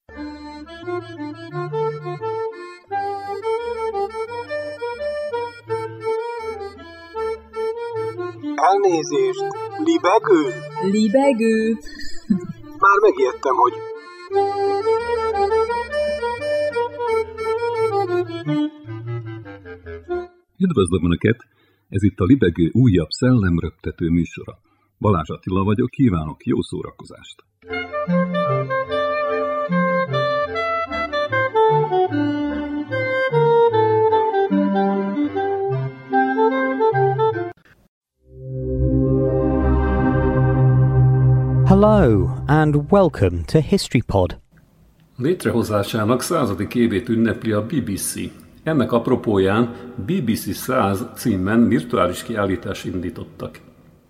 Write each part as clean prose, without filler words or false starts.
Elnézést! Libegő? Libegő? Már megijedtem, hogy... Üdvözlöm Önöket! Ez itt a Libegő újabb szellemröptető műsora. Balázs Attila vagyok, kívánok jó szórakozást! Hello and welcome to HistoryPod. Létrehozásának 100. évét ünnepli a BBC. Ennek apropóján BBC 100 címen virtuális kiállítást indítottak.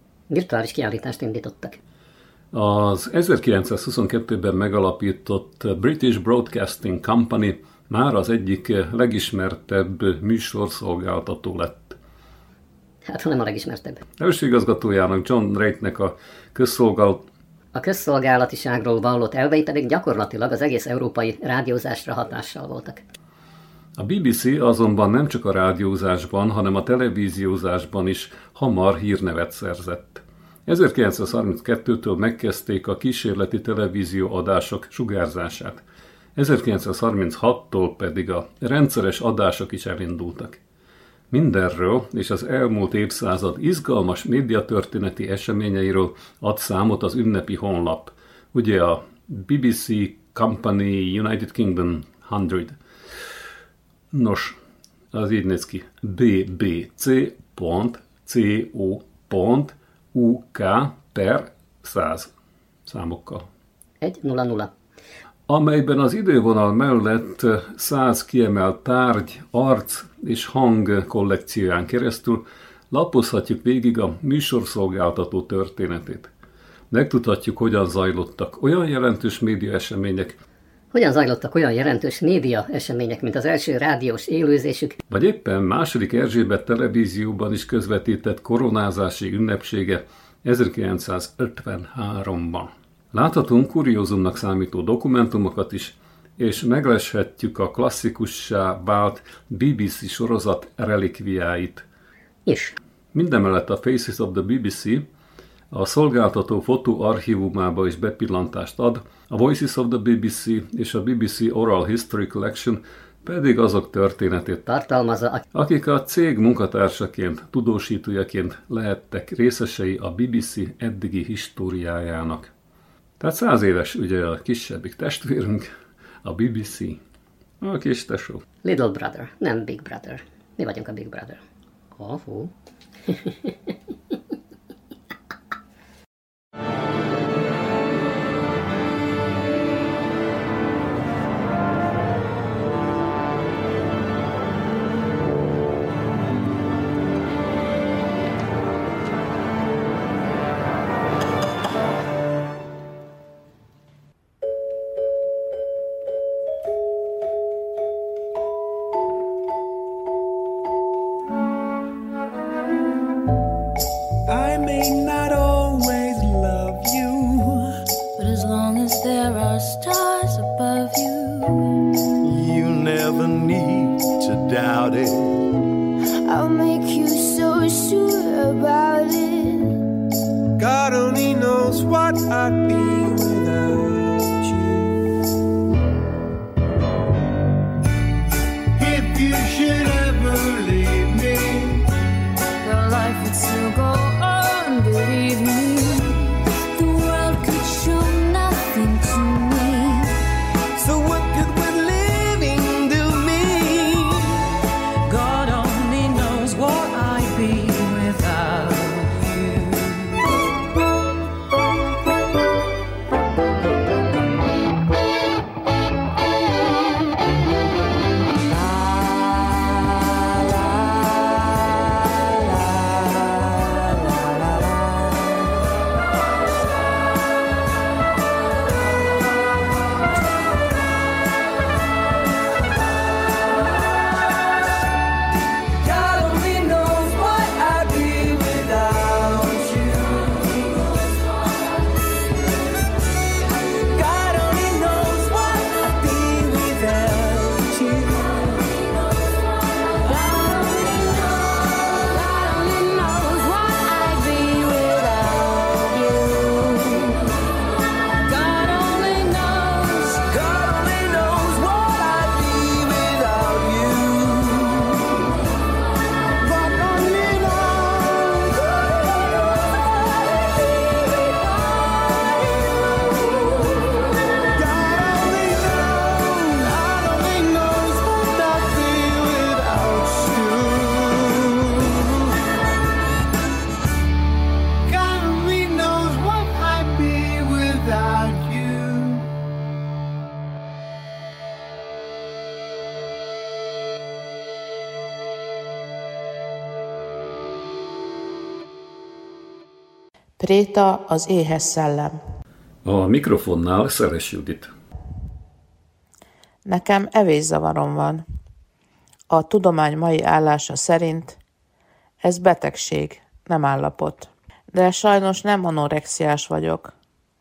Az 1922-ben megalapított British Broadcasting Company már az egyik legismertebb műsorszolgáltató lett. Hát, ha nem a legismertebb. Első igazgatójának, John Wright-nek a közszolgálatiságról vallott elvei pedig gyakorlatilag az egész európai rádiózásra hatással voltak. A BBC azonban nem csak a rádiózásban, hanem a televíziózásban is hamar hírnevet szerzett. 1932-től megkezdték a kísérleti televízióadások sugárzását. 1936-tól pedig a rendszeres adások is elindultak. Mindenről és az elmúlt évszázad izgalmas médiatörténeti eseményeiről ad számot az ünnepi honlap, ugye a BBC Company United Kingdom 100. Nos, az így néz ki: bbc.co.uk/100 számokkal. 100. Amelyben az idővonal mellett 100 kiemelt tárgy, arc és hang kollekcióján keresztül lapozhatjuk végig a műsorszolgáltató történetét. Megtudhatjuk, hogyan zajlottak olyan jelentős média események, mint az első rádiós élőzésük, vagy éppen II. Erzsébet televízióban is közvetített koronázási ünnepsége 1953-ban. Láthatunk kuriózumnak számító dokumentumokat is, és megleshetjük a klasszikussá vált BBC sorozat relikviáit is. Mindemellett a Faces of the BBC a szolgáltató fotóarchívumába is bepillantást ad, a Voices of the BBC és a BBC Oral History Collection pedig azok történetét tartalmazza, akik a cég munkatársaként, tudósítójaként lehettek részesei a BBC eddigi históriájának. Tehát 100 éves ugye a kisebbik testvérünk, a BBC, a kis tesó. Little Brother, nem Big Brother. Mi vagyunk a Big Brother. Hú. Préta, az éhes szellem. A mikrofonnál Szeres Judit. Nekem evészavarom van. A tudomány mai állása szerint ez betegség, nem állapot. De sajnos nem anorexiás vagyok.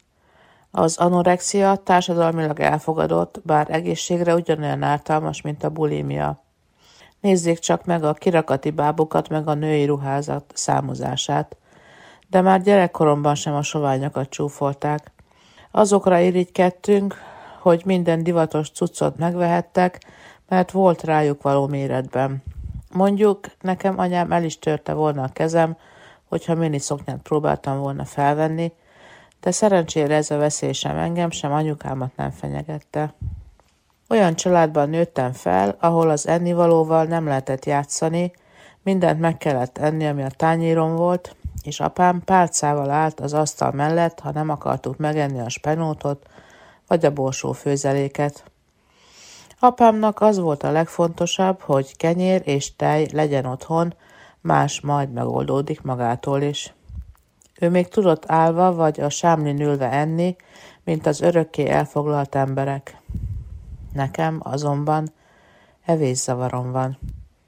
Az anorexia társadalmilag elfogadott, bár egészségre ugyanolyan ártalmas, mint a bulimia. Nézzék csak meg a kirakati bábukat, meg a női ruházat számozását. De már gyerekkoromban sem a soványokat csúfolták. Azokra irigykedtünk, hogy minden divatos cuccot megvehettek, mert volt rájuk való méretben. Mondjuk, nekem anyám el is törte volna a kezem, hogyha miniszoknyát próbáltam volna felvenni, de szerencsére ez a veszély sem engem, sem anyukámat nem fenyegette. Olyan családban nőttem fel, ahol az ennivalóval nem lehetett játszani, mindent meg kellett enni, ami a tányéron volt, és apám pálcával állt az asztal mellett, ha nem akartuk megenni a spenótot, vagy a borsó főzeléket. Apámnak az volt a legfontosabb, hogy kenyér és tej legyen otthon, más majd megoldódik magától is. Ő még tudott állva vagy a sámlin ülve enni, mint az örökké elfoglalt emberek. Nekem azonban evészavarom van.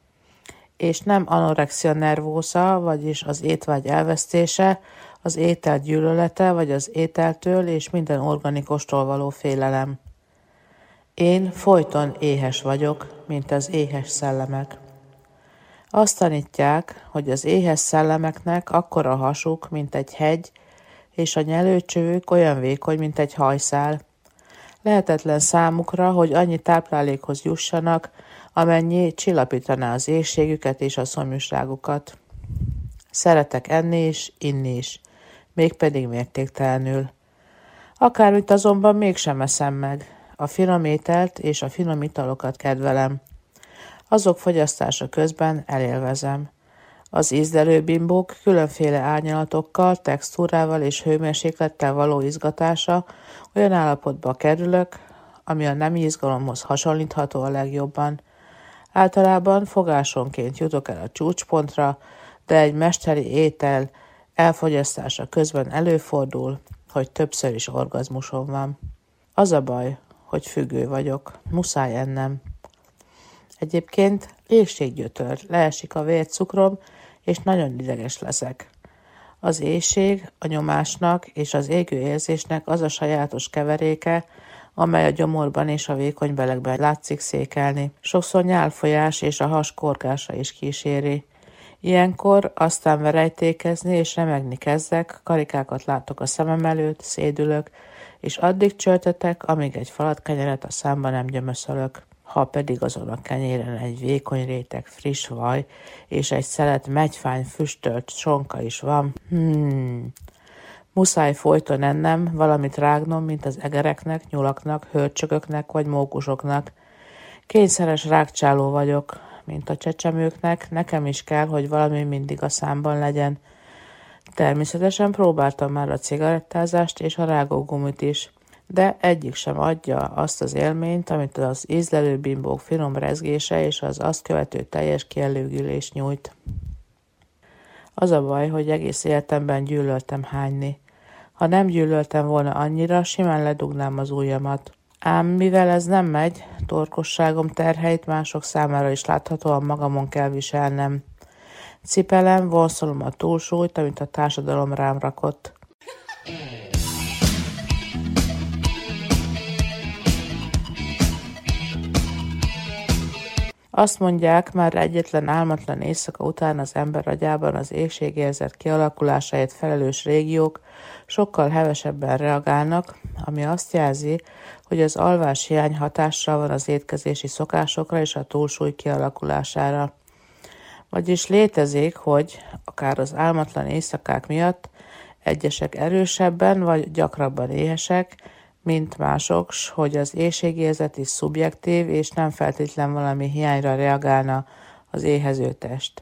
És nem anorexia nervósa, vagyis az étvágy elvesztése, az étel gyűlölete, vagy az ételtől és minden organikostól való félelem. Én folyton éhes vagyok, mint az éhes szellemek. Azt tanítják, hogy az éhes szellemeknek akkora hasuk, mint egy hegy, és a nyelőcsövük olyan vékony, mint egy hajszál. Lehetetlen számukra, hogy annyi táplálékhoz jussanak, amennyi csillapítaná az éhségüket és a szomjúságukat. Szeretek enni is, inni is, mégpedig mértéktelenül. Akármit azonban mégsem eszem meg. A finom ételt és a finom italokat kedvelem. Azok fogyasztása közben elélvezem. Az ízlelő bimbók különféle árnyalatokkal, textúrával és hőmérséklettel való izgatása olyan állapotba kerülök, ami a nemi izgalomhoz hasonlítható a legjobban. Általában fogásonként jutok el a csúcspontra, de egy mesteri étel elfogyasztása közben előfordul, hogy többször is orgazmusom van. Az a baj, hogy függő vagyok, muszáj ennem. Egyébként éhséggyötör, leesik a vércukrom, és nagyon ideges leszek. Az éhség a nyomásnak és az égő érzésnek az a sajátos keveréke, amely a gyomorban és a vékony belegben látszik székelni. Sokszor nyálfolyás és a has korgása is kíséri. Ilyenkor aztán verejtékezni és remegni kezdek, karikákat látok a szemem előtt, szédülök, és addig csöltetek, amíg egy falat kenyeret a számba nem gyömöszölök. Ha pedig azon a kenyéren egy vékony réteg friss vaj, és egy szelet megyfány füstölt sonka is van, muszáj folyton ennem, valamit rágnom, mint az egereknek, nyulaknak, hörcsököknek vagy mókusoknak. Kényszeres rágcsáló vagyok, mint a csecsemőknek, nekem is kell, hogy valami mindig a számban legyen. Természetesen próbáltam már a cigarettázást és a rágógumit is, de egyik sem adja azt az élményt, amit az ízlelő bimbók finom rezgése és az azt követő teljes kielőgülés nyújt. Az a baj, hogy egész életemben gyűlöltem hányni. Ha nem gyűlöltem volna annyira, simán ledugnám az ujjamat. Ám mivel ez nem megy, torkosságom terheit mások számára is láthatóan magamon kell viselnem. Cipelem, vonszolom a túlsúlyt, amit a társadalom rám rakott. Azt mondják, már egyetlen álmatlan éjszaka után az ember agyában az éhségérzet kialakulásáért felelős régiók sokkal hevesebben reagálnak, ami azt jelzi, hogy az alvás hiány hatással van az étkezési szokásokra és a túlsúly kialakulására. Vagyis létezik, hogy akár az álmatlan éjszakák miatt egyesek erősebben vagy gyakrabban éhesek, mint mások, hogy az éhségérzet is szubjektív, és nem feltétlen valami hiányra reagálna az éhező test.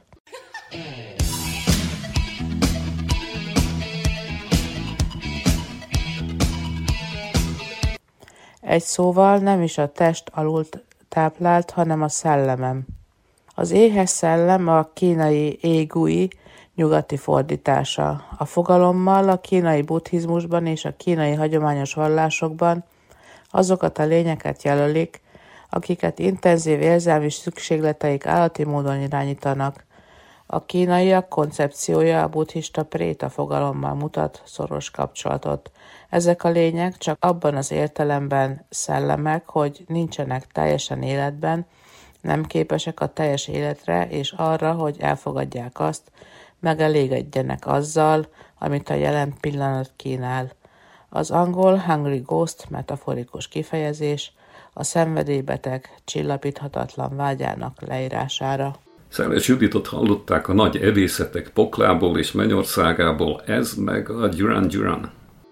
Egy szóval nem is a test alul táplált, hanem a szellemem. Az éhes szellem, a kínai égui nyugati fordítása. A fogalommal a kínai buddhizmusban és a kínai hagyományos vallásokban azokat a lényeket jelölik, akiket intenzív érzelmi szükségleteik állati módon irányítanak. A kínaiak koncepciója a buddhista préta fogalommal mutat szoros kapcsolatot. Ezek a lények csak abban az értelemben szellemek, hogy nincsenek teljesen életben, nem képesek a teljes életre és arra, hogy elfogadják azt, megelégedjenek azzal, amit a jelen pillanat kínál. Az angol hungry ghost metaforikus kifejezés a szenvedélybeteg, csillapíthatatlan vágyának leírására. Szeles Juditot hallották a nagy evészetek poklából és mennyországából, ez meg a Duran Duran.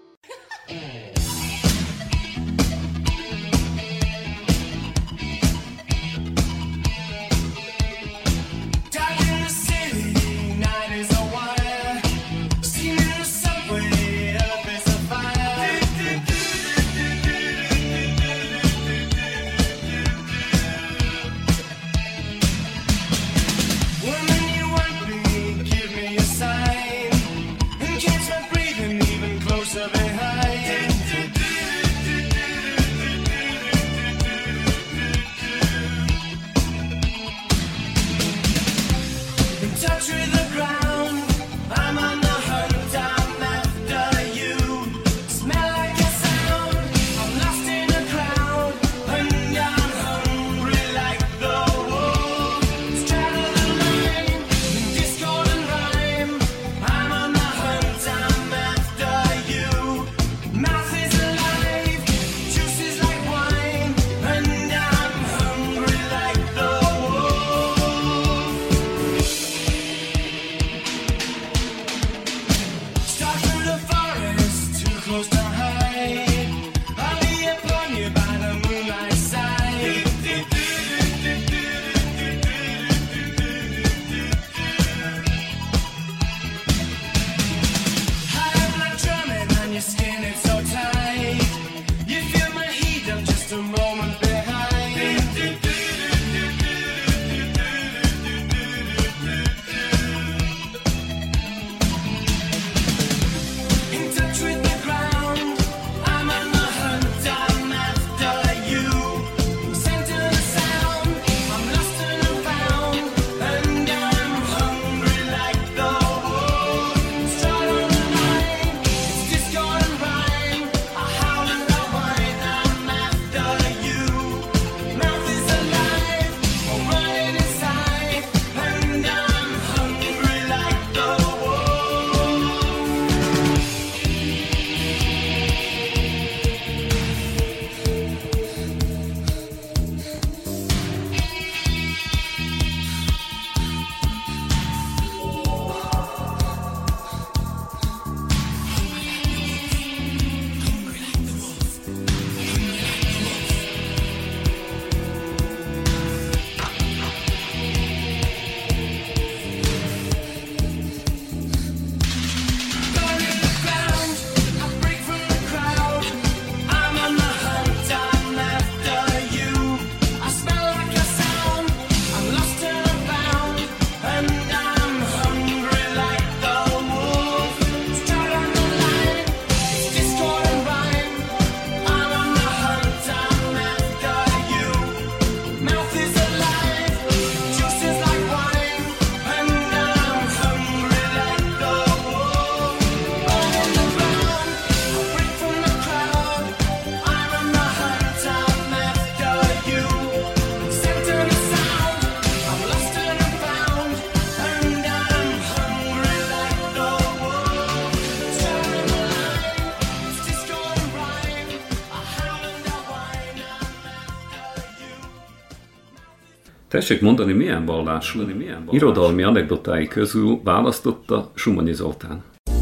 Tessék mondani, milyen vallású, irodalmi anekdotái közül választotta Sumonyi Zoltán.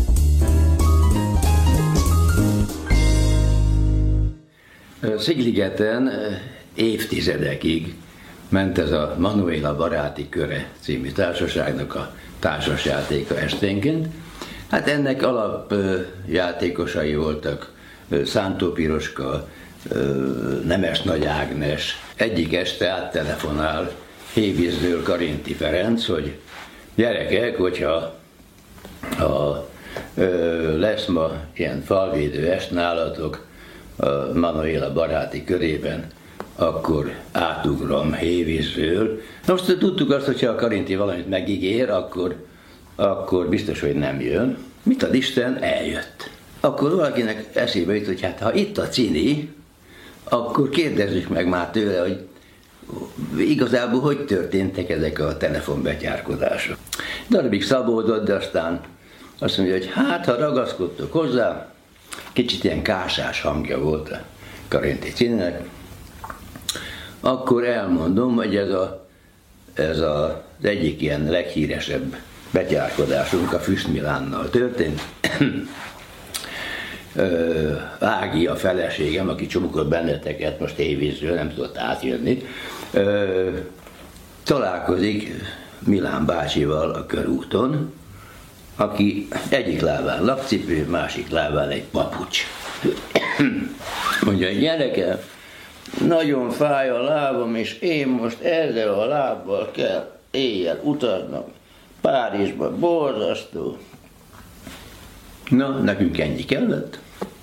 Szigligeten évtizedekig ment ez a Manuela Baráti Köre című társaságnak a társasjátéka esténként. Hát ennek alapjátékosai voltak Szántó Piroska, Nemes Nagy Ágnes. Egyik este áttelefonál Hévízről Karinti Ferenc, hogy gyerekek, hogyha Lesz ma ilyen falvédő est nálatok a Manuela baráti körében, akkor átugrom Hévízről. Most tudtuk azt, hogyha a Karinti valamit megígér, akkor biztos, hogy nem jön. Mit ad Isten? Eljött. Akkor valakinek eszébe jut, hogy hát ha itt a Cini, akkor kérdezzük meg már tőle, hogy igazából hogy történtek ezek a telefonbetyárkodások. Darabig szabódott, de aztán azt mondja, hogy hát ha ragaszkodtok hozzá, kicsit ilyen kásás hangja volt a Karinti Cininek, akkor elmondom, hogy ez az egyik ilyen leghíresebb betyárkodásunk a Füst Milánnal történt. Ági a feleségem, aki csomókor benneteket most Hévízről nem tudott átjönni, találkozik Milán bácsival a körúton, aki egyik lábán lapcipő, másik lábán egy papucs. Mondja, gyerekem, nagyon fáj a lábam, és én most ezzel a lábbal kell éjjel utaznom Párizsba, borzasztó. Na, nekünk ennyi kellett.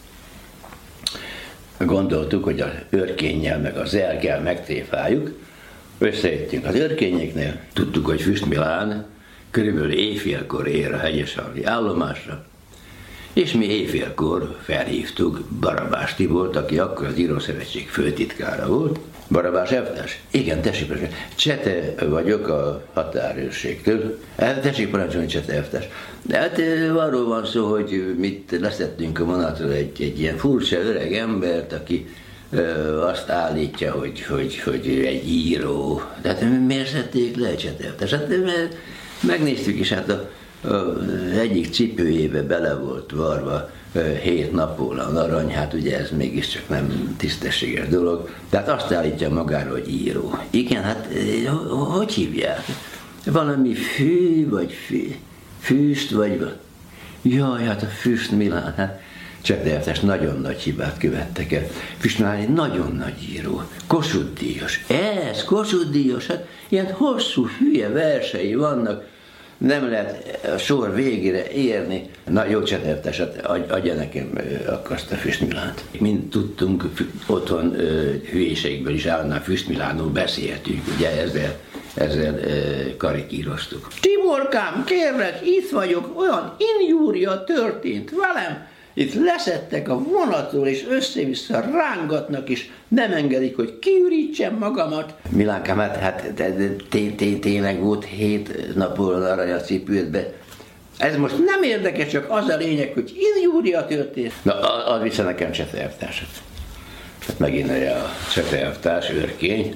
Gondoltuk, hogy az Örkénnyel meg a Zelggel megtréfáljuk. Összejöttünk az Örkényeknél, tudtuk, hogy Füst Milán körülbelül éjfélkor ér a Hegyesalvi állomásra, és mi éjfélkor felhívtuk Barabás Tibort, aki akkor az Írószövetség főtitkára volt. Barabás elvtárs? Igen, tessék parancsolni. Csete vagyok a határőrségtől. Tessék parancsolni, Csete elvtárs. De hát arról van szó, hogy mit leszettünk a vonatról egy ilyen furcsa öreg embert, aki azt állítja, hogy ő egy író. De hát miért szedték le, Csete elvtárs? Hát mert megnéztük is, hát az egyik cipőjébe bele volt varva 7 napóleon arany, hát ugye ez mégiscsak nem tisztességes dolog. Tehát azt állítja magáról, hogy író. Igen, hát hogy hívják? Valami fű, vagy füst, vagy... Jaj, hát a Füst Milán, hát Csete elvtárs, nagyon nagy hibát követtek el. Füst Milán egy nagyon nagy író, Kossuth-díjas. Ez, Kossuth-díjas, hát ilyen hosszú, hülye versei vannak, nem lehet a sor végére érni. Na jó, Csete elvtárs, adja nekem akkor azt a Füst Milánt. Mind tudtunk, otthon hülyeségből is állandóan Füst Milánról beszéltünk, ugye ezzel karikíroztuk. Tiborkám, kérlek, itt vagyok, olyan injúria történt velem, itt leszettek a vonatról, és össze-vissza rángatnak, és nem engedik, hogy kiürítsem magamat. Milánkám, hát tényleg volt 7 napon arany a cipődbe. Ez most nem érdekes, csak az a lényeg, hogy injúria történt. Na, az vissza nekem Csete elvtársat. Hát megint a Csete elvtárs, Örkény.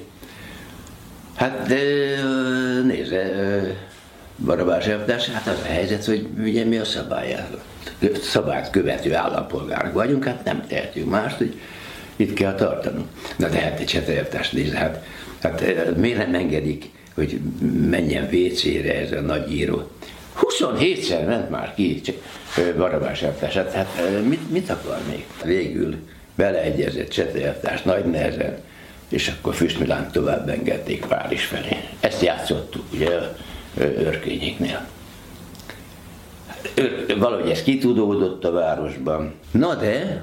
Hát nézze, Barabás elvtárs, hát az a helyzet, hogy ugye mi a szabályt követő állampolgárok vagyunk, hát nem tehetünk mást, hogy itt kell tartanunk. Na de hát egy Csete elvtárs, nézze, hát miért nem engedik, hogy menjen WC-re ez a nagy író? 27-szer ment már ki Barabás elvtárs, hát mit akar még? Végül beleegyezett Csete elvtárs nagy nehezen, és akkor Füst Milánt tovább engedték Párizs felé. Ezt játszottuk, ugye, Örkényéknél. Valahogy ez kitudódott a városban. Na de,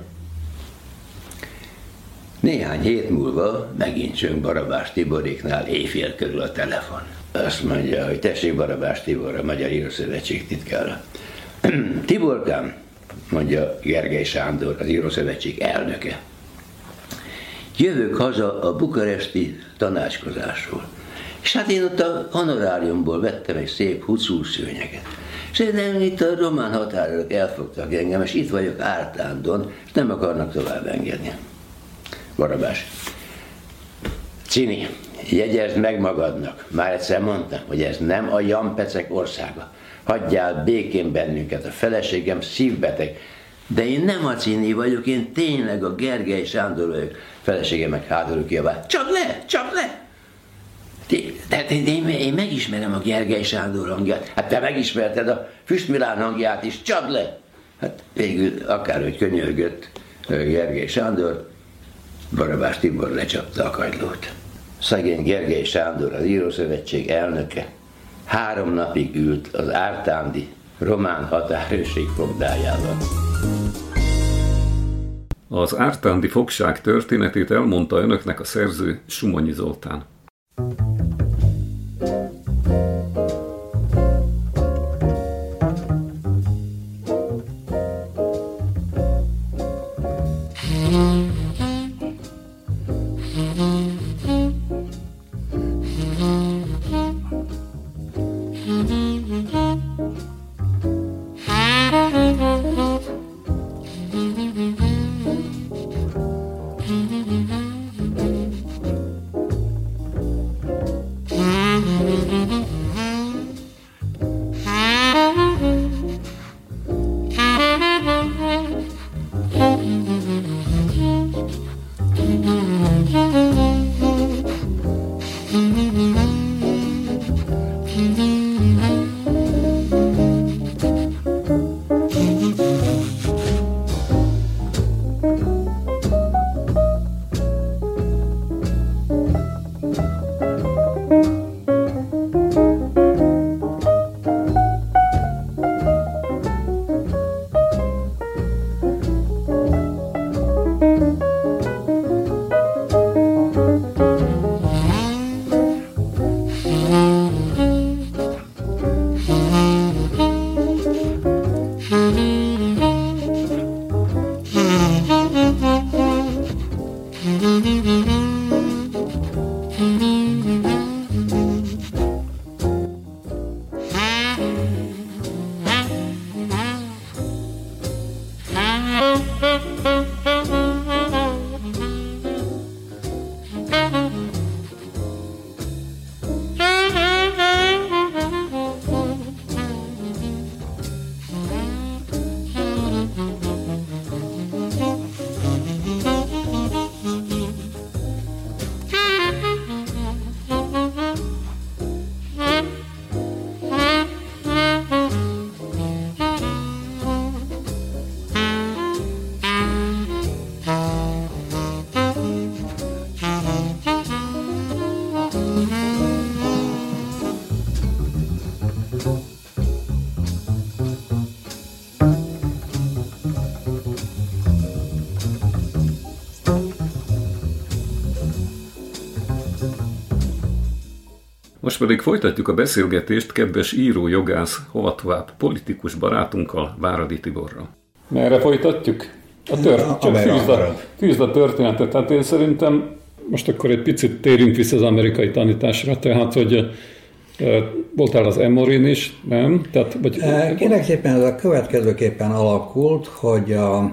néhány hét múlva megint csöng Barabás Tiboréknál éjfél körül a telefon. Azt mondja, hogy tessék Barabás Tibor, a Magyar Írószövetség titkára. Tiborkám, mondja Gergely Sándor, az Írószövetség elnöke. Jövök haza a bukaresti tanácskozásról. És hát én ott a honoráriumból vettem egy szép hucú szőnyeget. Szerintem itt a román határőrök elfogtak engem, és itt vagyok Ártándon, és nem akarnak tovább engedni. Barabás. Cini, jegyezd meg magadnak. Már egyszer mondtam, hogy ez nem a jampecek országa. Hagyjál békén bennünket, a feleségem szívbeteg. De én nem a Cini vagyok, én tényleg a Gergely Sándor vagyok. Feleségem meg hátul kiabál. Csak le, csak le! De én megismerem a Gergely Sándor hangját. Hát te megismerted a Füst Milán hangját is, csapd le! Hát végül akárhogy könyörgött Gergely Sándor, Barabás Tibor lecsapta a kagylót. Szegény Gergely Sándor, az Írószövetség elnöke, 3 napig ült az ártándi román határőrség fogdájával. Az ártándi fogság történetét elmondta önöknek a szerző Sumonyi Zoltán. Most pedig folytatjuk a beszélgetést kedves író-jogász, hova tovább politikus barátunkkal, Váradi Tiborral. Merre folytatjuk? Fűzd a történetet. Tehát én szerintem most akkor egy picit térjünk vissza az amerikai tanításra, tehát hogy voltál az Emory-n is, nem? Kérlek szépen ez a következőképpen alakult, hogy a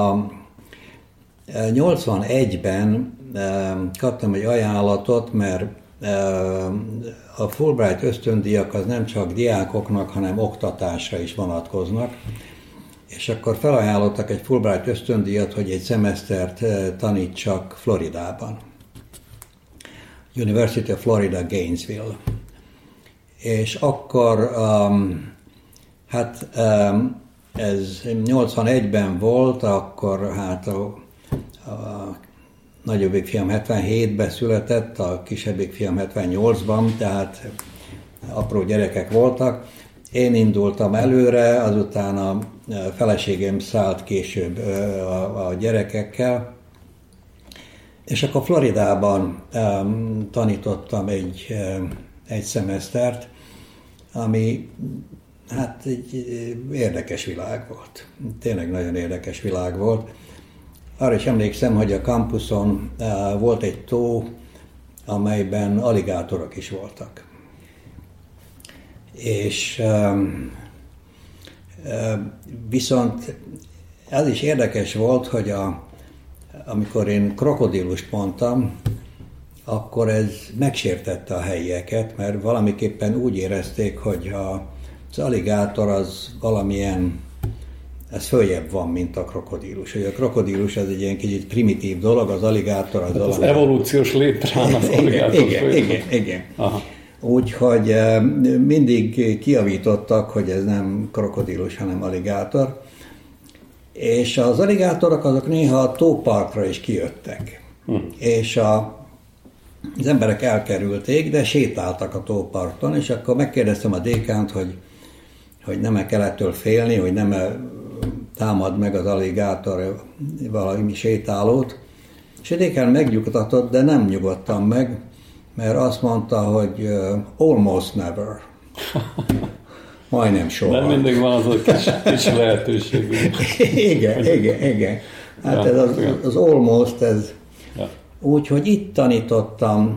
81-ben kaptam egy ajánlatot, mert a Fulbright ösztöndíjak az nem csak diákoknak, hanem oktatásra is vonatkoznak, és akkor felajánlottak egy Fulbright ösztöndíjat, hogy egy szemesztert tanítsak Floridában. University of Florida, Gainesville. És akkor, ez 81-ben volt, akkor hát a nagyobbik fiam 77-ben született, a kisebbik fiam 78-ban, tehát apró gyerekek voltak. Én indultam előre, azután a feleségem szállt később a gyerekekkel, és akkor Floridában tanítottam egy szemesztert, ami hát egy érdekes világ volt. Tényleg nagyon érdekes világ volt. Arra is emlékszem, hogy a kampuszon volt egy tó, amelyben aligátorok is voltak. És viszont az is érdekes volt, hogy amikor én krokodilust mondtam, akkor ez megsértette a helyieket, mert valamiképpen úgy érezték, hogy az aligátor az valamilyen, ez följebb van, mint a krokodilus. Hogy a krokodilus az egy ilyen kicsit primitív dolog, az aligátor az valami... Az evolúciós létrán az aligátor följebb. Igen. Úgyhogy mindig kijavítottak, hogy ez nem krokodilus, hanem aligátor. És az aligátorok azok néha a tópartra is kijöttek. És az emberek elkerülték, de sétáltak a tóparton, és akkor megkérdeztem a dékánt, hogy hogy nem kellettől félni, hogy nem támad meg az alligátor valami sétálót. És Dékán megnyugtatott, de nem nyugodtam meg, mert azt mondta, hogy almost never. Majdnem soha. De mindig van az a kis lehetőség. Igen. Hát ez az almost, ez úgyhogy itt tanítottam,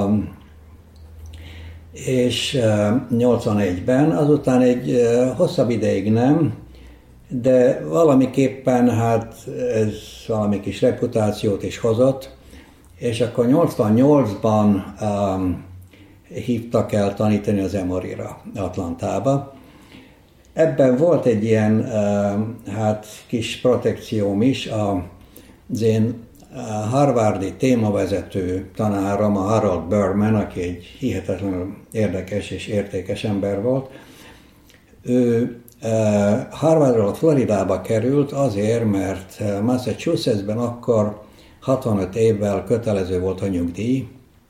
és 81-ben, azután egy hosszabb ideig nem, de valamiképpen hát ez valami kis reputációt is hozott, és akkor 88-ban hívtak el tanítani az Emoryra, Atlantába. Ebben volt egy ilyen hát kis protekcióm is, az én harvardi témavezető tanárom, a Harold Berman, aki egy hihetetlenül érdekes és értékes ember volt. Ő Harvardról Floridába került azért, mert Massachusettsben akkor 65 évvel kötelező volt a nyugdíj,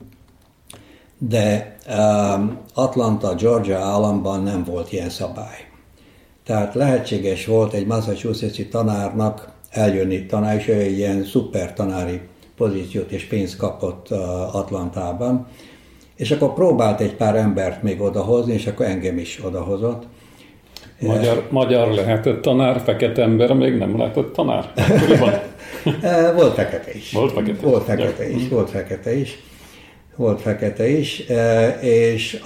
de Atlanta, Georgia államban nem volt ilyen szabály. Tehát lehetséges volt egy massachusettsi tanárnak eljönni tanár, és egy ilyen szuper tanári pozíciót és pénzt kapott Atlantában, és akkor próbált egy pár embert még odahozni, és akkor engem is odahozott. Magyar lehetett tanár, fekete ember még nem lehetett tanár? Volt fekete is. Volt fekete is, és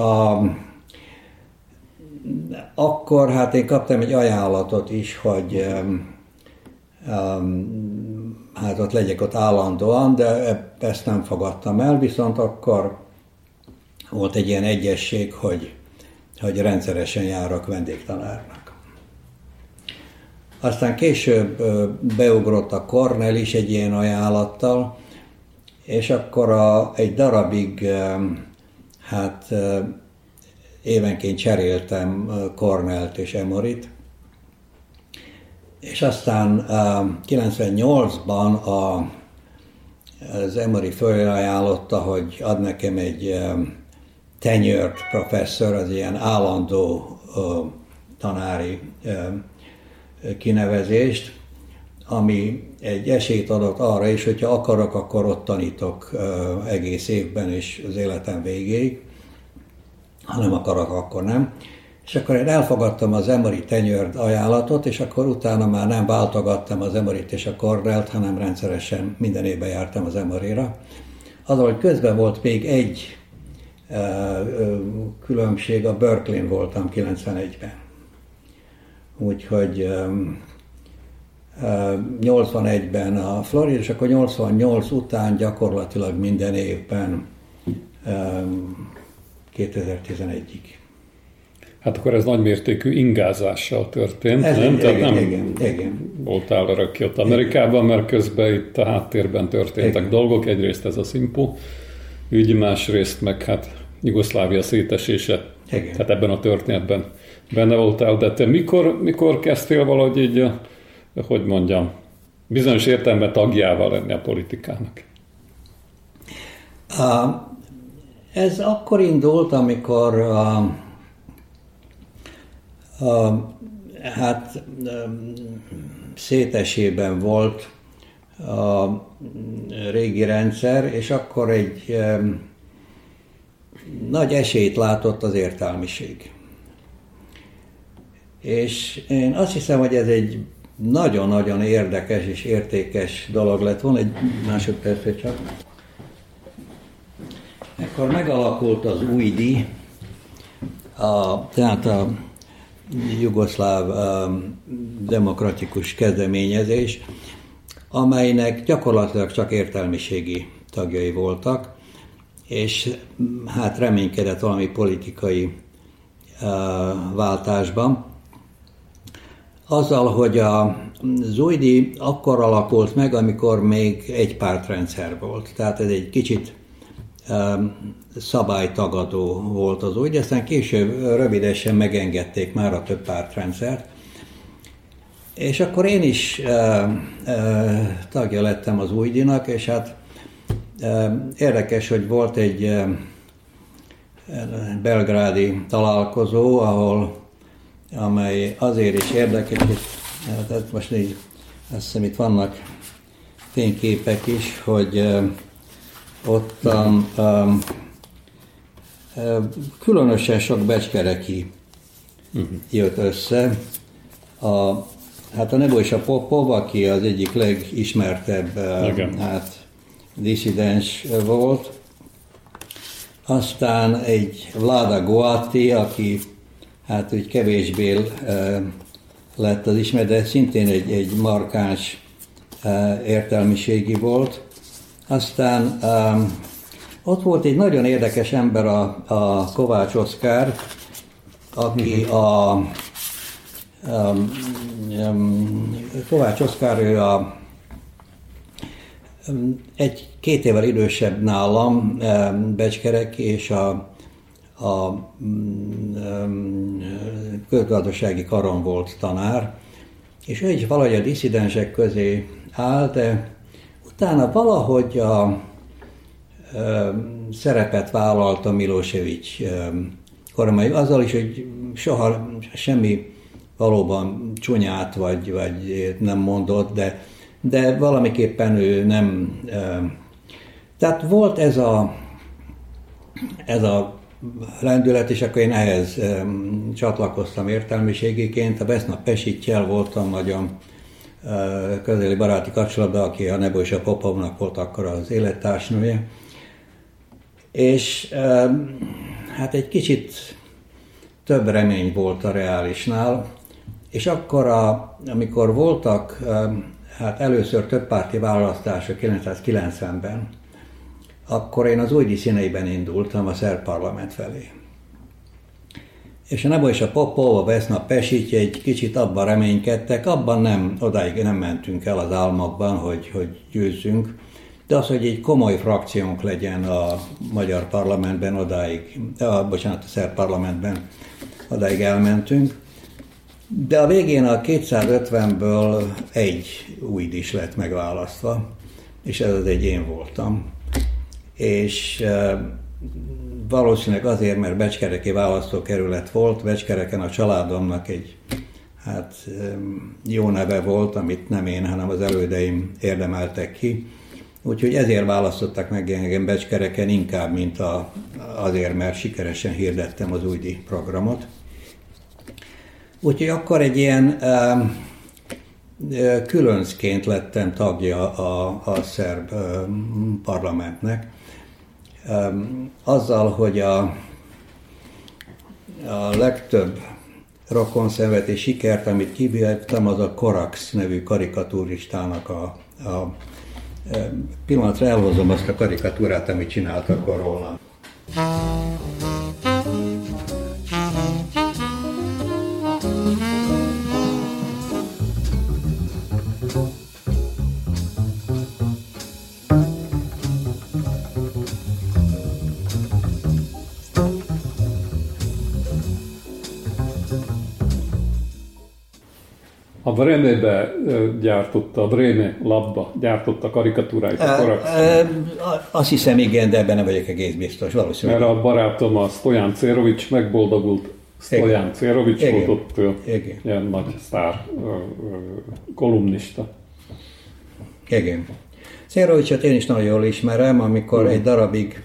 akkor hát én kaptam egy ajánlatot is, hogy hát ott legyek ott állandóan, de ezt nem fogadtam el, viszont akkor volt egy ilyen egyesség, hogy rendszeresen járok vendégtanárnak. Aztán később beugrott a Cornell is egy ilyen ajánlattal, és akkor egy darabig hát évenként cseréltem Cornellt és Emoryt, és aztán 98-ban az Emory fölajánlotta, hogy ad nekem egy tenured professor, az ilyen állandó tanári kinevezést, ami egy esélyt adott arra is, hogyha akarok, akkor ott tanítok egész évben és az életem végéig, ha nem akarok, akkor nem. És akkor én elfogadtam az Emory tenured ajánlatot, és akkor utána már nem váltogattam az Emoryt és a Cornellt, hanem rendszeresen minden évben jártam az Emoryra. Azzal, hogy közben volt még egy különbség, a Berkeley-n voltam 91-ben. Úgyhogy 81-ben a Florida, és akkor 88 után gyakorlatilag minden évben 2011-ig. Hát akkor ez nagymértékű ingázással történt, ez nem? Tehát igen. Voltál örökké ott Amerikában, mert közben itt a háttérben történtek dolgok. Egyrészt ez a Simpo ügy, másrészt meg hát Jugoszlávia szétesése. Tehát ebben a történetben benne voltál. De te mikor kezdtél valahogy így, hogy mondjam, bizonyos értelemben tagjával lenni a politikának? Ez akkor indult, amikor hát szétesében volt a régi rendszer, és akkor egy nagy esélyt látott az értelmiség. És én azt hiszem, hogy ez egy nagyon-nagyon érdekes és értékes dolog lett volna. Egy másodpercre csak. Ekkor megalakult az UIDI, tehát a jugoszláv demokratikus kezdeményezés, amelynek gyakorlatilag csak értelmiségi tagjai voltak, és hát reménykedett valami politikai váltásban. Azzal, hogy az UIDI akkor alakult meg, amikor még egy pártrendszer volt. Tehát ez egy kicsit szabálytagadó volt az UIDI, aztán később rövidesen megengedték már a több pártrendszert. És akkor én is tagja lettem az UIDI-nak, és hát érdekes, hogy volt egy belgrádi találkozó, ahol amely azért is érdekes, hogy tehát most így, azt hiszem itt vannak fényképek is, hogy ott különösen sok becskereki jött össze. Hát a Nebojsa Popov, aki az egyik legismertebb disszidens volt. Aztán egy Vlada Goati, aki hát úgy kevésbé lett az ismert, de szintén egy markáns értelmiségi volt. Aztán ott volt egy nagyon érdekes ember, a Kovács Oszkár, aki Kovács Oszkár, ő egy-két évvel idősebb nálam, becskerek, és a közgazdasági karon volt tanár, és ő is valahogy a disszidensek közé áll, de utána valahogy szerepet vállalta Milosevic kormány, azzal is, hogy soha semmi valóban csúnyát vagy nem mondott, de valamiképpen ő nem... Tehát volt ez a lendület, és akkor én ehhez csatlakoztam értelmiségiként. A Vesna Pesittyel voltam nagyon közeli baráti kapcsolatban, aki a Nebojsa Popovnak volt akkor az élettársnője. És hát egy kicsit több remény volt a Reálisnál, és akkor, amikor voltak hát először többpárti választások 1990-ben, akkor én az Újdi színeiben indultam a szerb parlament felé. És a Nebojsa Popov, a Vesna Pesitty egy kicsit abban reménykedtek, odáig nem mentünk el az álmokban, hogy győzzünk, de az, hogy egy komoly frakciónk legyen a magyar parlamentben, a szerb parlamentben, odáig elmentünk. De a végén a 250-ből egy újdis lett megválasztva, és ez az egy én voltam. És valószínűleg azért, mert becskereki választókerület volt, Becskereken a családomnak egy jó neve volt, amit nem én, hanem az elődeim érdemeltek ki. Úgyhogy ezért választottak meg engem Becskereken inkább, mint azért, mert sikeresen hirdettem az újdi programot. Úgyhogy akkor egy ilyen különcként lettem tagja a szerb parlamentnek. Azzal, hogy a legtöbb rokonszenveti sikert, amit kibírtam, az a Korax nevű karikaturistának a pillanatra elhozom azt a karikatúrát, amit csináltak róla. A Vreme-be gyártotta, a Vreme labba gyártotta karikatúráit a Korax. Azt hiszem, igen, de ebben nem vagyok egész biztos, valószínűleg. Mert a barátom, a Stojan Cerovics megboldogult. Stojan Cerovics volt ott ilyen nagy sztár kolumnista. Igen. Cerovicsot én is nagyon jól ismerem, amikor egy darabig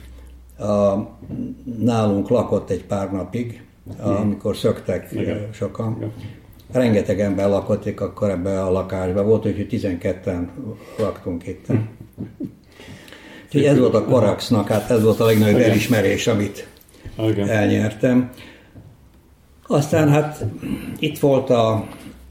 nálunk lakott egy pár napig, amikor szöktek sokan. Igen. Rengeteg ember lakotték akkor ebben a lakásban, volt, úgyhogy 12-en laktunk itt. Úgyhogy ez volt a Koraxnak, hát ez volt a legnagyobb elismerés, amit elnyertem. Aztán hát itt volt a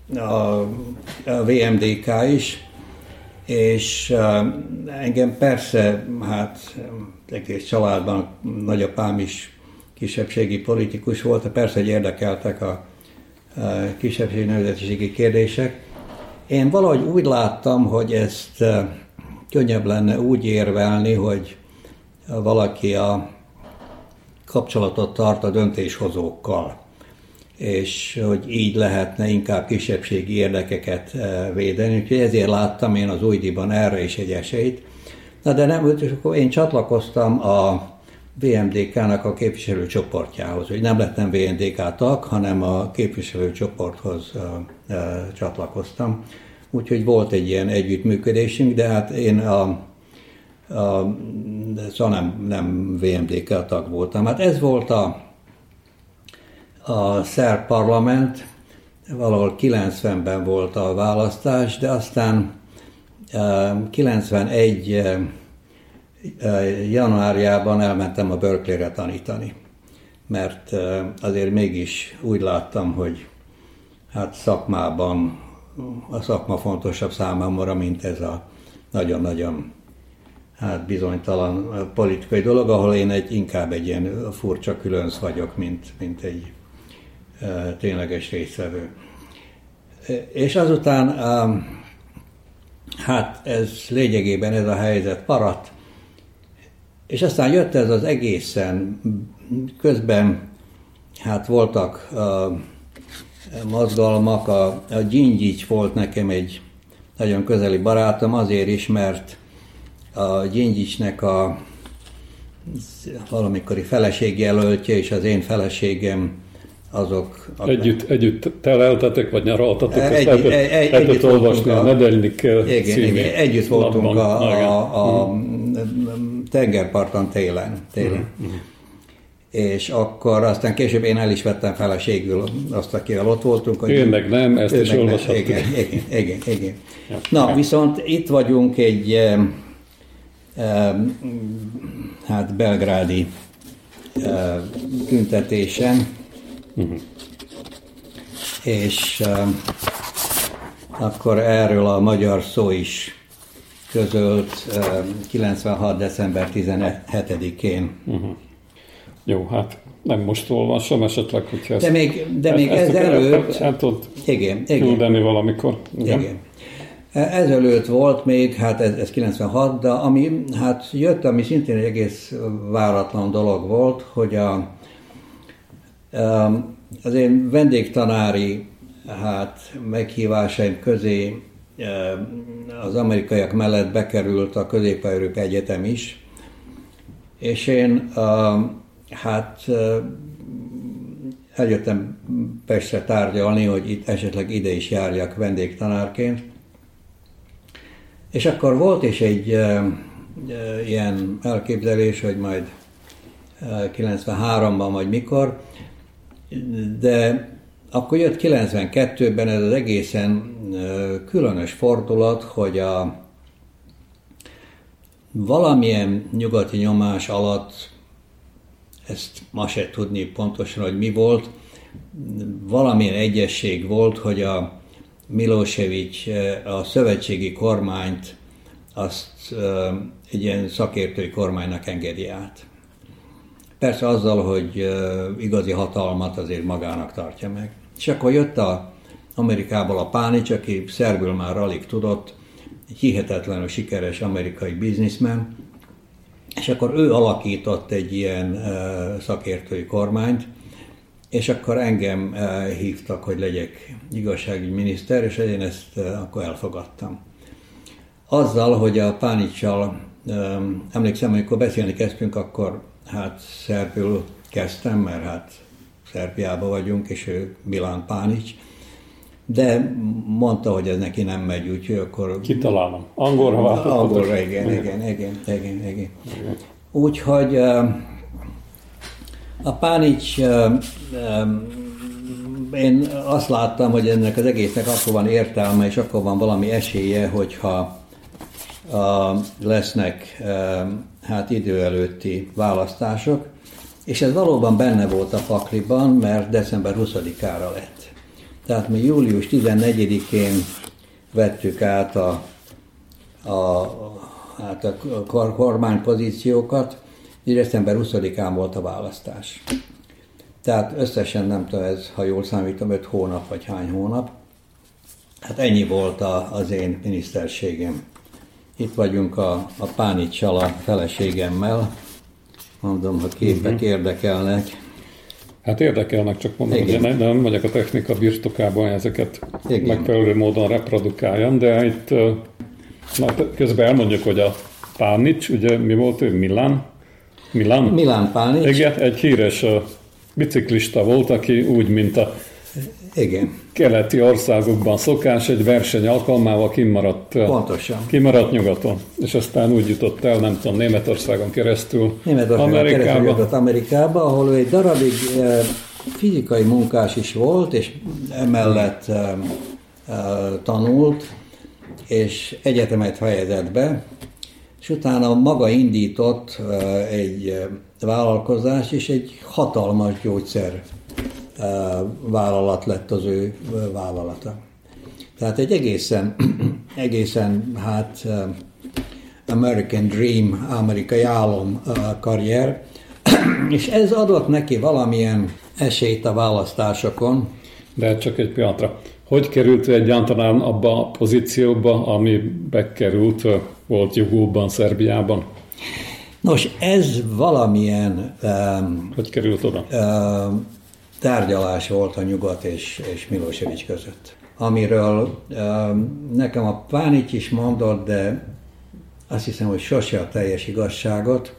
VMDK is, és engem persze, hát egész családban nagyapám is kisebbségi politikus volt, persze, hogy érdekeltek a kisebbségi nemzetiségi kérdések. Én valahogy úgy láttam, hogy ezt könnyebb lenne úgy érvelni, hogy valaki a kapcsolatot tart a döntéshozókkal, és hogy így lehetne inkább kisebbségi érdekeket védeni. Úgyhogy ezért láttam én az Újdiban erre is egy esélyt. Na de nem, és akkor én csatlakoztam a VMDK-nak a képviselőcsoportjához, hogy nem lettem VMDK tag, hanem a képviselőcsoporthoz csatlakoztam. Úgyhogy volt egy ilyen együttműködésünk, de hát én szóval nem VMDK tag voltam. Hát ez volt a szerb parlament, valahol 90-ben volt a választás, de aztán 91 januárjában elmentem a Berkeley-re tanítani, mert azért mégis úgy láttam, hogy hát szakmában a szakma fontosabb számomra, mint ez a nagyon-nagyon hát bizonytalan politikai dolog, ahol én inkább egy ilyen furcsa különc vagyok, mint egy tényleges résztvevő. És azután hát ez lényegében ez a helyzet maradt, és aztán jött ez az egészen, közben hát voltak mozgalmak, a Gyingyics volt nekem egy nagyon közeli barátom, azért is, mert a Gyingyicsnek a valamikori feleségjelöltje és az én feleségem azok... Együtt teleltetek, vagy nyaraltatok, ezt lehetett olvasni a Nedeljnik című. Együtt voltunk a tengerparton télen. És akkor aztán később én el is vettem feleségül azt, akivel ott voltunk. Ő meg nem, ezt is olvashattuk. Igen. Na, viszont itt vagyunk egy hát belgrádi tüntetésen, és akkor erről a Magyar Szó is közölt 96. december 17-én. Jó, hát nem most olvasom esetleg, hogyha ezt... De még ez előtt... Hát ott igen. küldeni valamikor. Igen. Ezelőtt volt még, hát ez 96, de ami hát jött, ami szintén egy egész váratlan dolog volt, hogy az én vendégtanári meghívásaim közé az amerikaiak mellett bekerült a Közép-Európai Egyetem is, és én eljöttem Pestre tárgyalni, hogy itt esetleg ide is járjak vendégtanárként. És akkor volt is egy ilyen elképzelés, hogy majd 93-ban vagy mikor, de akkor jött 92-ben ez az egészen különös fordulat, hogy valamilyen nyugati nyomás alatt, ezt ma se tudni pontosan, hogy mi volt, valamilyen egyesség volt, hogy a Milosevic a szövetségi kormányt azt egy ilyen szakértői kormánynak engedi át. Persze azzal, hogy igazi hatalmat azért magának tartja meg. És akkor jött Amerikából a Pánics, aki szerbül már alig tudott, egy hihetetlenül sikeres amerikai bizniszmen, és akkor ő alakított egy ilyen szakértői kormányt, és akkor engem hívtak, hogy legyek igazságügyminiszter, és én ezt akkor elfogadtam. Azzal, hogy a Pánicsal, emlékszem, amikor beszélni kezdtünk, akkor hát szerbül kezdtem, mert hát Szerbiában vagyunk, és ő Milan Pánics, de mondta, hogy ez neki nem megy, úgyhogy akkor... Kitalálom. Angolra váltottam. Angolra, igen. Úgyhogy a Pánics, én azt láttam, hogy ennek az egésznek akkor van értelme, és akkor van valami esélye, hogyha lesznek hát idő előtti választások, és ez valóban benne volt a pakliban, mert december 20-ára lett. Tehát mi július 14-én vettük át a kormánypozíciókat, és december 20-án volt a választás. Tehát összesen nem tudom, ez, ha jól számítom, 5 hónap vagy hány hónap. Hát ennyi volt az én miniszterségem. Itt vagyunk a Pánicsal, a feleségemmel. Mondom, hogy képek érdekelnek. Hát érdekelnek, csak mondom, hogy nem vagyok a technika birtokában, ezeket megfelelő módon reprodukáljam, de itt közben elmondjuk, hogy a Pánics, ugye mi volt ő? Milan Milán Pánics. Igen, egy híres biciklista volt, aki úgy, mint a keleti országokban szokás, egy verseny alkalmával kimaradt nyugaton, és aztán úgy jutott el, nem tudom, Németországon keresztül Amerikába, ahol egy darabig fizikai munkás is volt, és emellett tanult, és egyetemet fejezett be, és utána maga indított egy vállalkozás, és egy hatalmas gyógyszer vállalat lett az ő vállalata. Tehát egy egészen American Dream, amerikai álom karrier, és ez adott neki valamilyen esélyt a választásokon. De csak egy pillanatra. Hogy került egyáltalán abba a pozícióba, ami bekerült, volt Jugóban, Szerbiában? Nos, ez valamilyen hogy került oda? Tárgyalás volt a Nyugat és Milosevic között, amiről nekem a Pánics is mondott, de azt hiszem, hogy sose a teljes igazságot,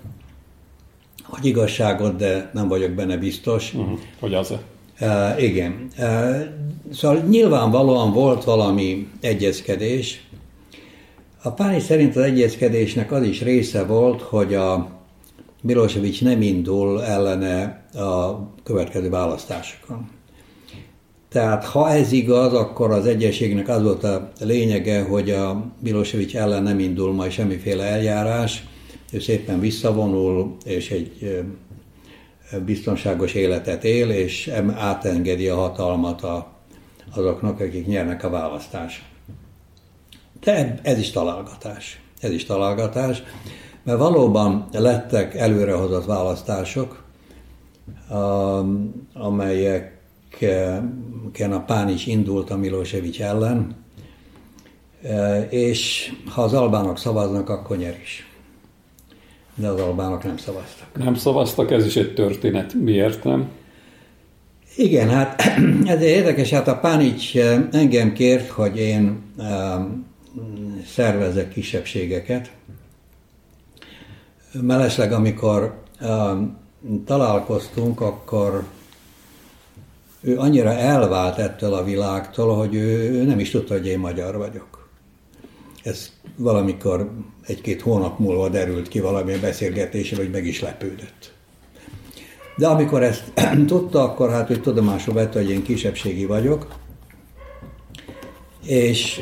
de nem vagyok benne biztos. Hogy az-e? Igen. Szóval nyilvánvalóan volt valami egyezkedés. A Pánics szerint az egyezkedésnek az is része volt, hogy a Milosevic nem indul ellene a következő választásokon. Tehát ha ez igaz, akkor az egyességnek az volt a lényege, hogy a Milosevic ellen nem indul majd semmiféle eljárás, ő szépen visszavonul, és egy biztonságos életet él, és átengedi a hatalmat azoknak, akik nyernek a választáson. De ez is találgatás, mert valóban lettek előrehozott választások, amelyeken a Pánics indult a Milosevic ellen, és ha az albánok szavaznak, akkor nyer is. De az albánok nem szavaztak. Nem szavaztak, ez is egy történet. Miért nem? Igen, hát ez érdekes, hát a Pánics engem kért, hogy én szervezzek kisebbségeket. Mellesleg, amikor találkoztunk, akkor ő annyira elvált ettől a világtól, hogy ő nem is tudta, hogy én magyar vagyok. Ez valamikor egy-két hónap múlva derült ki valamilyen beszélgetésre, hogy meg is lepődött. De amikor ezt tudta, akkor hát ő tudomásul vette, hogy én kisebbségi vagyok. És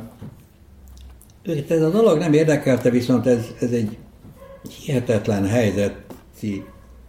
ez a dolog nem érdekelte, viszont ez egy hihetetlen helyzeti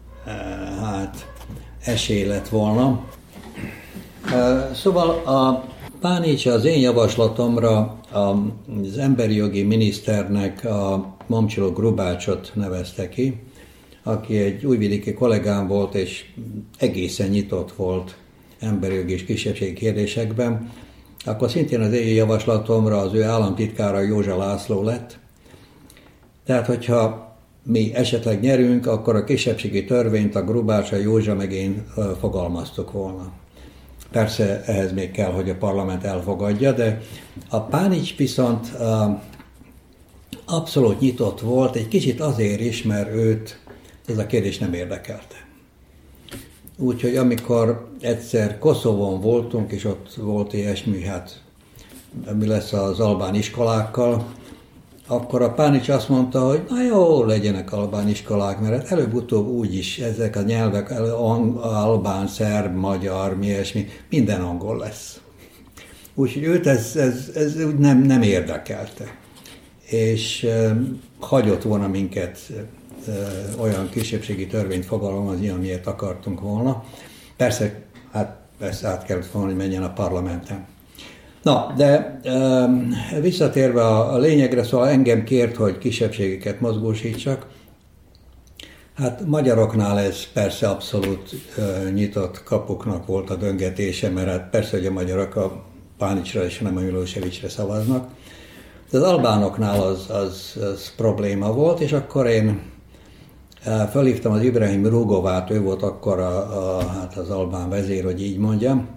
esély lett volna. Szóval a Pánics az én javaslatomra az emberi jogi miniszternek a Momcilo Grubácsot nevezte ki, aki egy újvidéki kollégám volt, és egészen nyitott volt emberi jogi és kisebbségi kérdésekben. Akkor szintén az én javaslatomra az ő államtitkára Józsa László lett. Tehát, hogyha mi esetleg nyerünk, akkor a kisebbségi törvényt a Grubács, a Józsa meg én fogalmaztuk volna. Persze ehhez még kell, hogy a parlament elfogadja, de a Pánics viszont abszolút nyitott volt, egy kicsit azért is, mert őt ez a kérdés nem érdekelte. Úgyhogy amikor egyszer Koszovon voltunk, és ott volt ilyesmi, hát mi lesz az albán iskolákkal, akkor a Pánics azt mondta, hogy na jó, legyenek albán iskolák, mert előbb-utóbb úgyis ezek a nyelvek, albán, szerb, magyar, mi ilyesmi, minden angol lesz. Úgyhogy őt ez nem érdekelte. És hagyott volna minket olyan kisebbségi törvényt fogalmazni, amilyet akartunk volna. Persze, hát persze át kellett volna, hogy menjen a parlamenten. Na, de visszatérve a lényegre, szóval engem kért, hogy kisebbségeket mozgósítsak. Hát magyaroknál ez persze abszolút nyitott kapuknak volt a döngetése, mert hát persze, hogy a magyarok a Pánicsra és nem a Milosevicre szavaznak. De az albánoknál az probléma volt, és akkor én felhívtam az Ibrahim Rugovát, ő volt akkor hát az albán vezér, hogy így mondjam.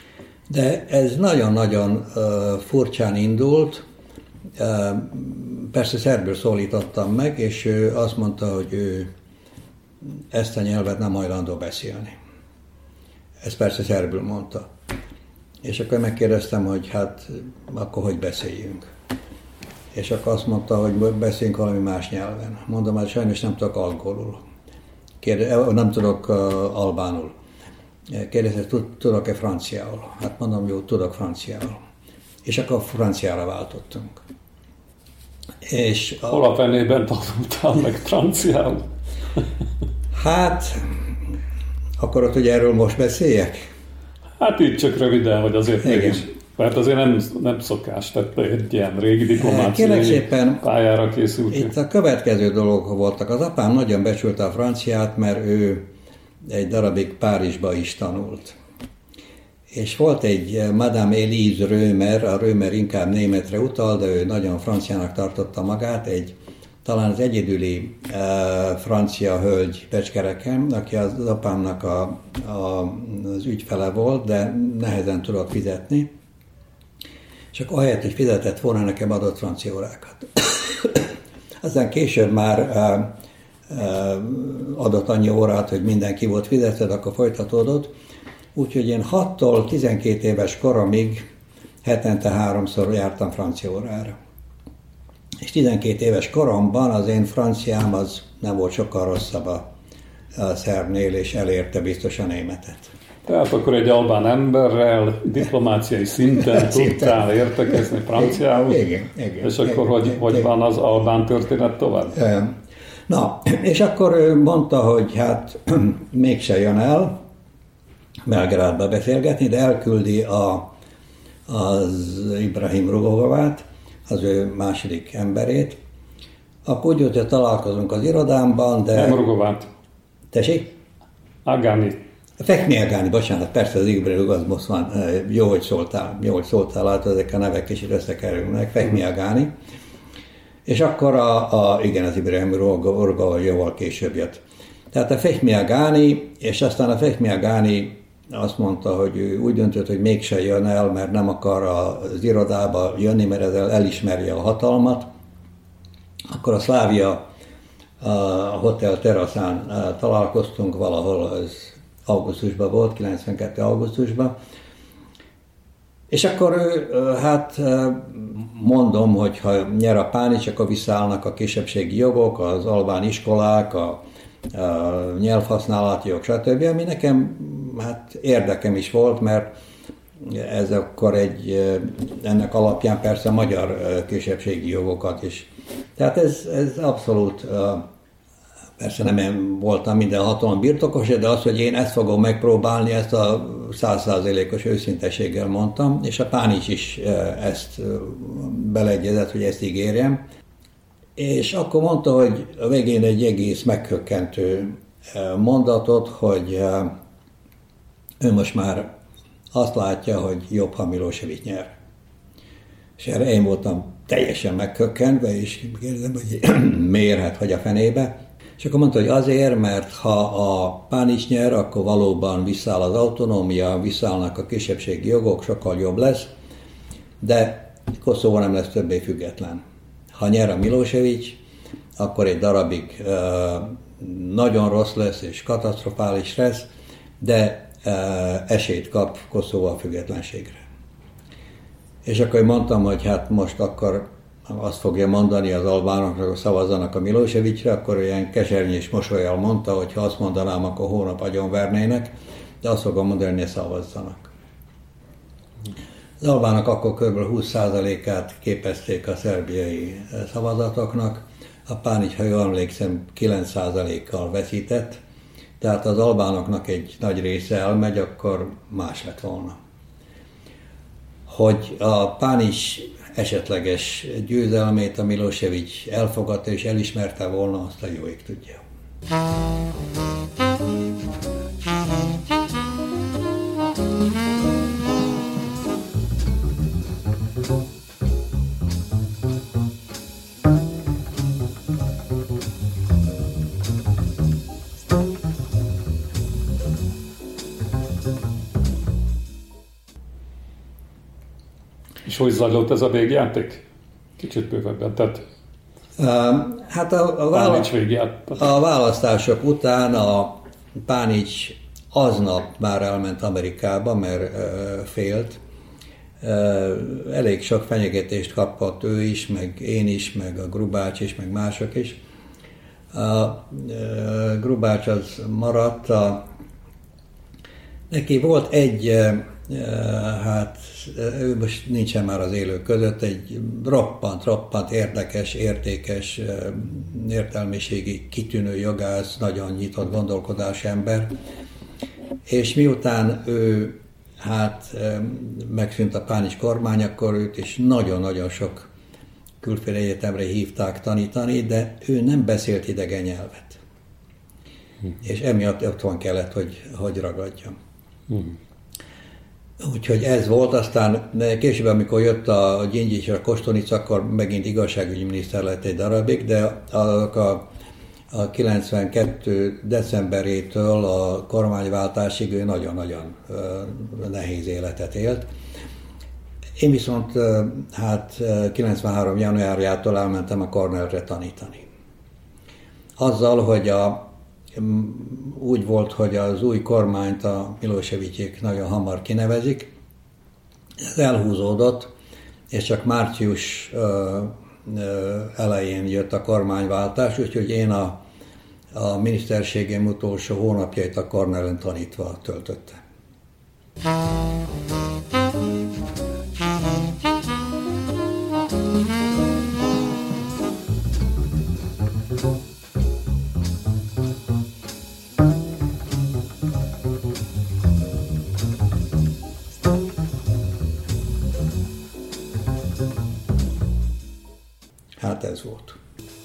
De ez nagyon-nagyon furcsán indult. persze szerbül szólítottam meg, és ő azt mondta, hogy ő ezt a nyelvet nem hajlandó beszélni. Ezt persze szerbül mondta. És akkor megkérdeztem, hogy hát akkor hogy beszéljünk. És akkor azt mondta, hogy beszéljünk valami más nyelven. Mondom, hát sajnos nem tudok angolul. Nem tudok albánul. Kérdezte, tudok-e franciául? Hát mondom, jó, tudok franciául. És akkor franciára váltottunk. És hol a fenében tanultál meg franciául? Hát, akarod, hogy erről most beszéljek? Hát így csak röviden, hogy azért mégis. Mert azért nem szokás, tehát egy ilyen régi diplomáciai pályára készült. Itt a következő dolgok voltak. Az apám nagyon becsülte a franciát, mert ő egy darabig Párizsba is tanult. És volt egy Madame Elise Römer, a Römer inkább németre utal, de ő nagyon franciának tartotta magát, talán az egyedüli francia hölgy Pecskereken, aki az apámnak az ügyfele volt, de nehezen tudott fizetni. És akkor ahelyett, hogy fizetett volna, nekem adott francia órákat. Aztán később már adott annyi órát, hogy mindenki volt fizetve, akkor folytatódott. Úgyhogy én 6-tól 12 éves koromig hetente 3-szor jártam francia órára. És 12 éves koromban az én franciám az nem volt sokkal rosszabb a szerbnél, és elérte biztos a németet. Tehát akkor egy albán emberrel diplomáciai szinten tudtál értekezni franciául, igen, és akkor hogy van az albán történet tovább? Na, és akkor ő mondta, hogy hát mégse jön el Belgrádba beszélgetni, de elküldi az Ibrahim Rugovát, az ő második emberét. Akkor úgy jött, hogy találkozunk az irodámban, de... Nem Rugovát. Tessék? Agani. Fehmi Agani, bocsánat, persze az Ibrahim Rugov, az most van, jó, hogy szóltál, látod, ezek a nevek is összekerülnek, Fehmi Agani. És akkor igen, az Ibrahim Rugov jóval később jött. Tehát a Fehmi Agani, és aztán a Fehmi Agani azt mondta, hogy ő úgy döntött, hogy mégse jön el, mert nem akar az irodába jönni, mert ezzel elismeri a hatalmat. Akkor a Szlávia a Hotel teraszán találkoztunk valahol, az augusztusban volt, 92. augusztusban. És akkor hát mondom, hogy ha nyer a Pánics, akkor visszaállnak a kisebbségi jogok, az albán iskolák, a nyelvhasználati jog, stb., ami nekem hát érdekem is volt, mert ez akkor ennek alapján persze magyar kisebbségi jogokat is. Tehát ez abszolút, persze nem én voltam minden hatalom birtokosa, de az, hogy én ezt fogom megpróbálni, ezt a 100%-os őszintességgel mondtam, és a Pánics is ezt beleegyezett, hogy ezt ígérjem. És akkor mondta, hogy a végén egy egész meghökkentő mondatot, hogy ő most már azt látja, hogy jobb, ha Milosevic nyer. És erre én voltam teljesen meghökkentve, és kérdezem, hogy miért, hát hogy a fenébe. És akkor mondta, hogy azért, mert ha a Pánics nyer, akkor valóban visszaáll az autonómia, visszaállnak a kisebbségi jogok, sokkal jobb lesz, de Koszovó nem lesz többé független. Ha nyer a Milosevic, akkor egy darabig nagyon rossz lesz és katasztrofális lesz, de esélyt kap Koszovó a függetlenségre. És akkor mondtam, hogy hát most akkor azt fogja mondani az albánoknak, hogy szavazzanak a Milosevicre, akkor olyan kesernyés mosollyal mondta, hogy ha azt mondanám, akkor hónap agyonvernének, de azt fogom mondani, hogy ne szavazzanak. Az albánok akkor kb. 20%-át képezték a szerbiai szavazatoknak, a Pánics, ha jól emlékszem, 9%-kal veszített, tehát az albánoknak egy nagy része elmegy, akkor más lett volna. Hogy a Pánics esetleges győzelmét a Milosevic elfogadta és elismerte volna, azt a jó ég tudja. És hogy zajlott ez a végjáték? Kicsit bővebben. Tehát Hát a választások után a Pánics aznap már elment Amerikába, mert félt. Elég sok fenyegetést kapott ő is, meg én is, meg a Grubács is, meg mások is. A Grubács az maradt. Neki volt egy, hát ő most nincsen már az élők között, egy roppant érdekes, értékes, értelmiségi, kitűnő jogász, nagyon nyitott gondolkodás ember. És miután ő megszűnt a Pánics kormány, akkor őt is nagyon-nagyon sok külföldi egyetemre hívták tanítani, de ő nem beszélt idegen nyelvet. És emiatt otthon kellett, hogy ragadjam. Úgyhogy ez volt, aztán később, amikor jött a Gyingyics, a Kostonica, akkor megint igazságügyi miniszter lett egy darabig, de a 92. decemberétől a kormányváltásig ő nagyon-nagyon nehéz életet élt. Én viszont 93. januárjától elmentem a Cornellre tanítani. Azzal, hogy úgy volt, hogy az új kormányt a Milosevicsik nagyon hamar kinevezik, ez elhúzódott, és csak március elején jött a kormányváltás, úgyhogy én a miniszterségem utolsó hónapjait a Cornellen tanítva töltöttem. Hát ez volt.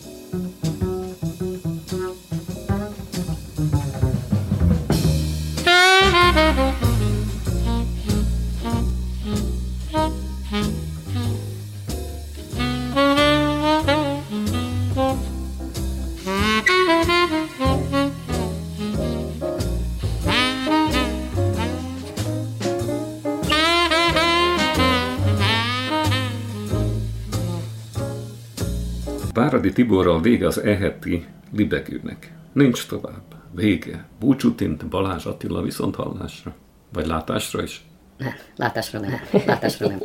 Váradi Tiborral vége az eheti libegőnek. Nincs tovább. Vége. Búcsútint Balázs Attila viszont hallásra. Vagy látásra is? Nem, látásra nem.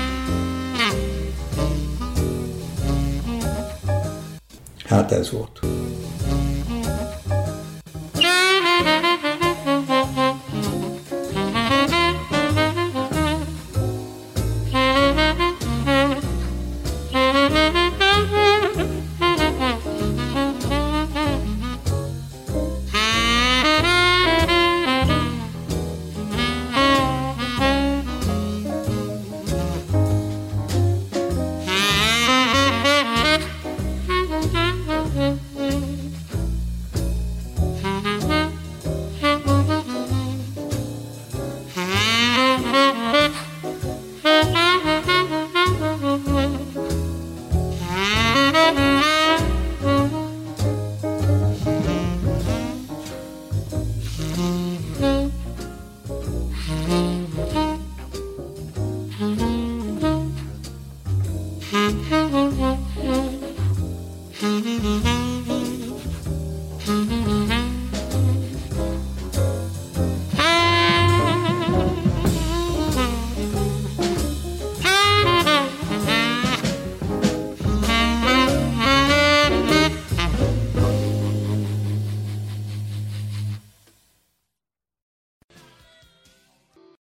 Hát ez volt.